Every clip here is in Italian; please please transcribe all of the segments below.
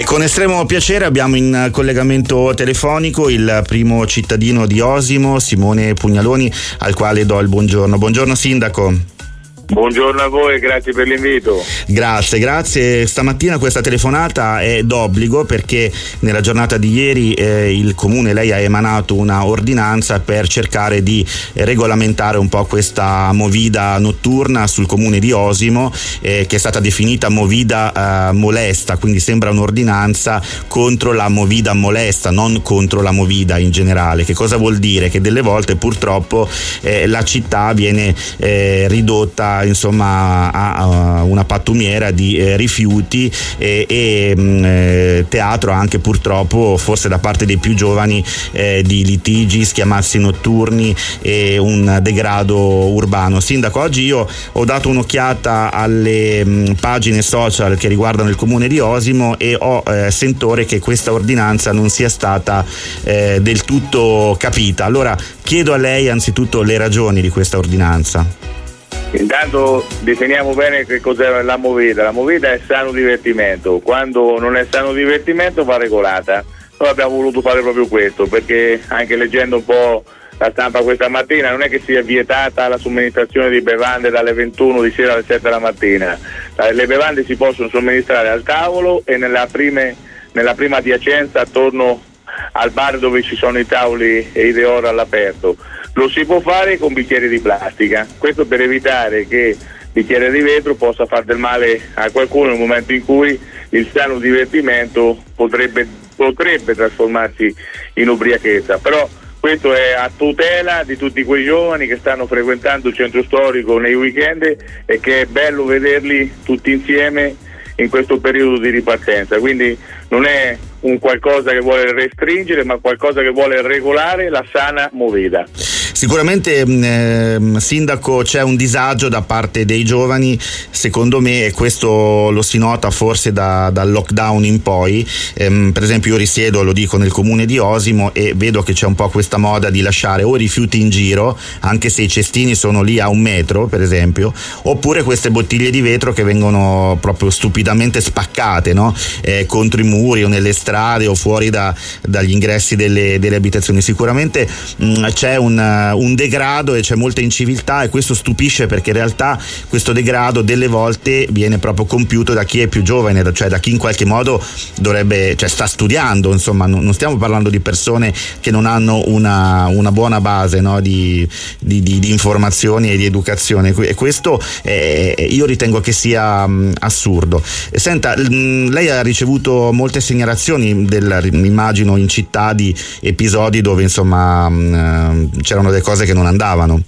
Con estremo piacere abbiamo in collegamento telefonico il primo cittadino di Osimo, Simone Pugnaloni, al quale do il buongiorno. Buongiorno sindaco. Buongiorno a voi, grazie per l'invito. Grazie. Stamattina questa telefonata è d'obbligo perché nella giornata di ieri il comune, lei ha emanato una ordinanza per cercare di regolamentare un po' questa movida notturna sul comune di Osimo, che è stata definita movida molesta, quindi sembra un'ordinanza contro la movida molesta, non contro la movida in generale. Che cosa vuol dire? Che delle volte purtroppo la città viene ridotta insomma a una pattumiera di rifiuti e teatro anche purtroppo forse da parte dei più giovani di litigi, schiamazzi notturni e un degrado urbano. Sindaco, oggi io ho dato un'occhiata alle pagine social che riguardano il comune di Osimo e ho sentore che questa ordinanza non sia stata del tutto capita. Allora chiedo a lei anzitutto le ragioni di questa ordinanza. Intanto definiamo bene che cos'è la movida. La movida è sano divertimento, quando non è sano divertimento va regolata. Noi abbiamo voluto fare proprio questo, perché anche leggendo un po' la stampa questa mattina non è che sia vietata la somministrazione di bevande dalle 21 di sera alle 7 della mattina. Le bevande si possono somministrare al tavolo e nella prima adiacenza attorno al bar dove ci sono i tavoli e i deor all'aperto. Lo si può fare con bicchieri di plastica, questo per evitare che il bicchiere di vetro possa far del male a qualcuno nel momento in cui il sano divertimento potrebbe trasformarsi in ubriachezza. Però questo è a tutela di tutti quei giovani che stanno frequentando il centro storico nei weekend e che è bello vederli tutti insieme in questo periodo di ripartenza. Quindi non è un qualcosa che vuole restringere, ma qualcosa che vuole regolare la sana movida. Sicuramente sindaco, c'è un disagio da parte dei giovani, secondo me, e questo lo si nota forse dal lockdown in poi. Per esempio io risiedo, lo dico, nel comune di Osimo e vedo che c'è un po' questa moda di lasciare o rifiuti in giro, anche se i cestini sono lì a 1 metro per esempio, oppure queste bottiglie di vetro che vengono proprio stupidamente spaccate, no? Contro i muri o nelle strade o fuori dagli ingressi delle abitazioni. Sicuramente c'è un degrado e c'è molta inciviltà, e questo stupisce perché in realtà questo degrado delle volte viene proprio compiuto da chi è più giovane, cioè da chi in qualche modo sta studiando, insomma non stiamo parlando di persone che non hanno una buona base, no, di informazioni e di educazione, e questo io ritengo che sia assurdo. Senta, lei ha ricevuto molte segnalazioni immagino in città di episodi dove insomma c'erano delle cose che non andavano.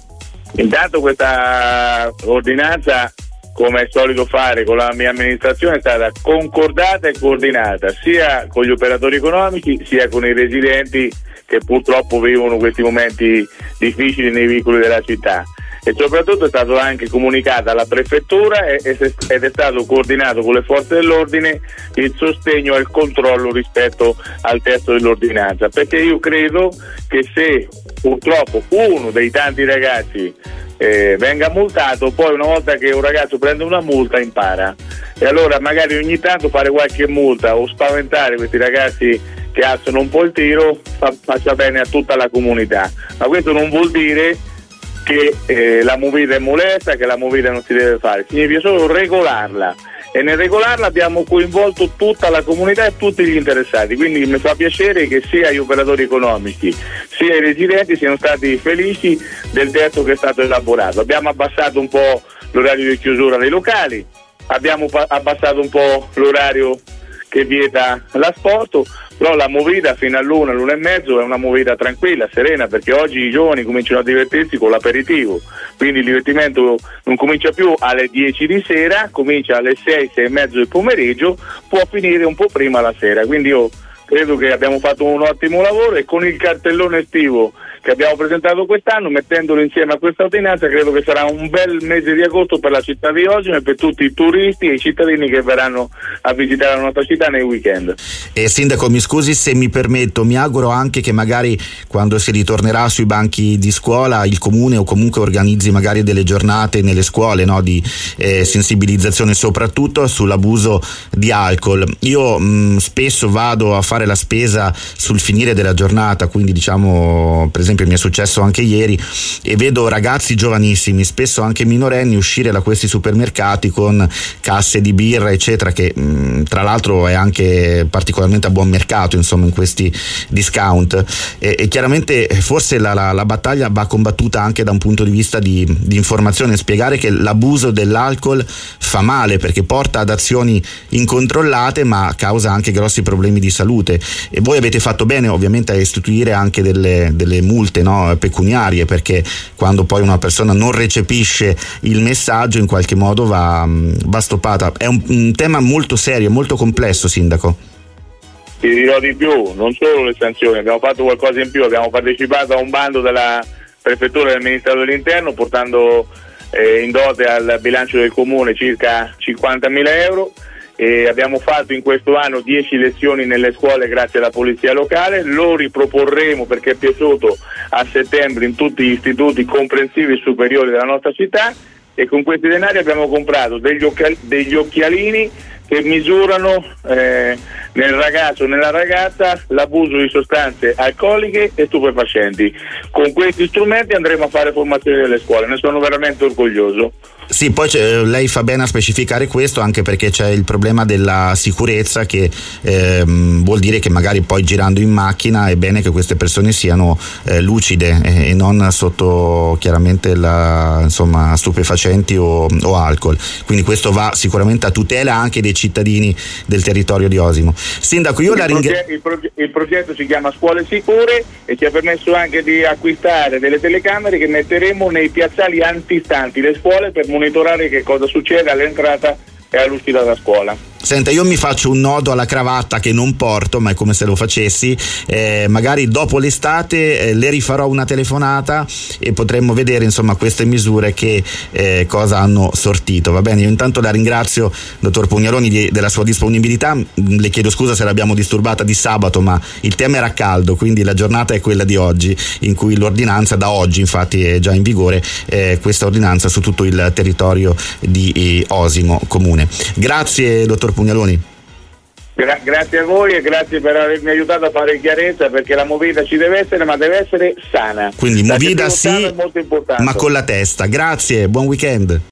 Intanto questa ordinanza, come è solito fare con la mia amministrazione, è stata concordata e coordinata sia con gli operatori economici sia con i residenti che purtroppo vivono questi momenti difficili nei vicoli della città, e soprattutto è stato anche comunicata alla prefettura ed è stato coordinato con le forze dell'ordine il sostegno e il controllo rispetto al testo dell'ordinanza, perché io credo che se purtroppo uno dei tanti ragazzi venga multato, poi una volta che un ragazzo prende una multa impara, e allora magari ogni tanto fare qualche multa o spaventare questi ragazzi che alzano un po' il tiro faccia bene a tutta la comunità. Ma questo non vuol dire che la movida è molesta, che la movida non si deve fare, significa solo regolarla, e nel regolarla abbiamo coinvolto tutta la comunità e tutti gli interessati, quindi mi fa piacere che sia gli operatori economici sia i residenti siano stati felici del testo che è stato elaborato. Abbiamo abbassato un po' l'orario di chiusura dei locali, abbiamo abbassato un po' l'orario che vieta l'asporto, però la movida fino all'1 e mezzo è una movida tranquilla, serena, perché oggi i giovani cominciano a divertirsi con l'aperitivo, quindi il divertimento non comincia più alle 10 di sera, comincia alle 6 e mezzo del pomeriggio, può finire un po' prima la sera, quindi io credo che abbiamo fatto un ottimo lavoro, e con il cartellone estivo che abbiamo presentato quest'anno, mettendolo insieme a questa ordinanza, credo che sarà un bel mese di agosto per la città di Osimo e per tutti i turisti e i cittadini che verranno a visitare la nostra città nei weekend. Sindaco, mi scusi se mi permetto, mi auguro anche che magari quando si ritornerà sui banchi di scuola il comune o comunque organizzi magari delle giornate nelle scuole, no, di sensibilizzazione soprattutto sull'abuso di alcol. Io spesso vado a fare la spesa sul finire della giornata, quindi diciamo, per esempio mi è successo anche ieri, e vedo ragazzi giovanissimi, spesso anche minorenni, uscire da questi supermercati con casse di birra eccetera, che tra l'altro è anche particolarmente a buon mercato, insomma, in questi discount, e chiaramente forse la battaglia va combattuta anche da un punto di vista di informazione, spiegare che l'abuso dell'alcol fa male perché porta ad azioni incontrollate ma causa anche grossi problemi di salute, e voi avete fatto bene ovviamente a istituire anche delle multe, no, pecuniarie, perché quando poi una persona non recepisce il messaggio in qualche modo va stoppata. È un tema molto serio, molto complesso, Sindaco. Ti dirò di più, non solo le sanzioni, abbiamo fatto qualcosa in più, abbiamo partecipato a un bando della Prefettura del Ministero dell'Interno portando in dote al bilancio del Comune circa 50.000 euro, e abbiamo fatto in questo anno 10 lezioni nelle scuole grazie alla polizia locale. Lo riproporremo perché è piaciuto a settembre in tutti gli istituti comprensivi superiori della nostra città, e con questi denari abbiamo comprato degli occhialini che misurano nel ragazzo o nella ragazza l'abuso di sostanze alcoliche e stupefacenti. Con questi strumenti andremo a fare formazione nelle scuole, ne sono veramente orgoglioso. Sì, poi lei fa bene a specificare questo, anche perché c'è il problema della sicurezza, che vuol dire che magari poi girando in macchina è bene che queste persone siano lucide e non sotto chiaramente insomma stupefacenti o alcol, quindi questo va sicuramente a tutela anche dei cittadini del territorio di Osimo. Sindaco, io la ringrazio. Il progetto si chiama Scuole Sicure e ci ha permesso anche di acquistare delle telecamere che metteremo nei piazzali antistanti le scuole per monitorare che cosa succede all'entrata e all'uscita da scuola. Senta, io mi faccio un nodo alla cravatta che non porto, ma è come se lo facessi, magari dopo l'estate le rifarò una telefonata e potremmo vedere insomma queste misure che cosa hanno sortito, va bene? Io intanto la ringrazio, dottor Pugnaloni, della sua disponibilità, le chiedo scusa se l'abbiamo disturbata di sabato, ma il tema era caldo, quindi la giornata è quella di oggi, in cui l'ordinanza, da oggi infatti è già in vigore, questa ordinanza su tutto il territorio di Osimo Comune. Grazie dottor Pugnaloni. Grazie a voi e grazie per avermi aiutato a fare chiarezza, perché la movida ci deve essere, ma deve essere sana. Quindi movida sì, è molto importante. ma con la testa. Grazie, buon weekend.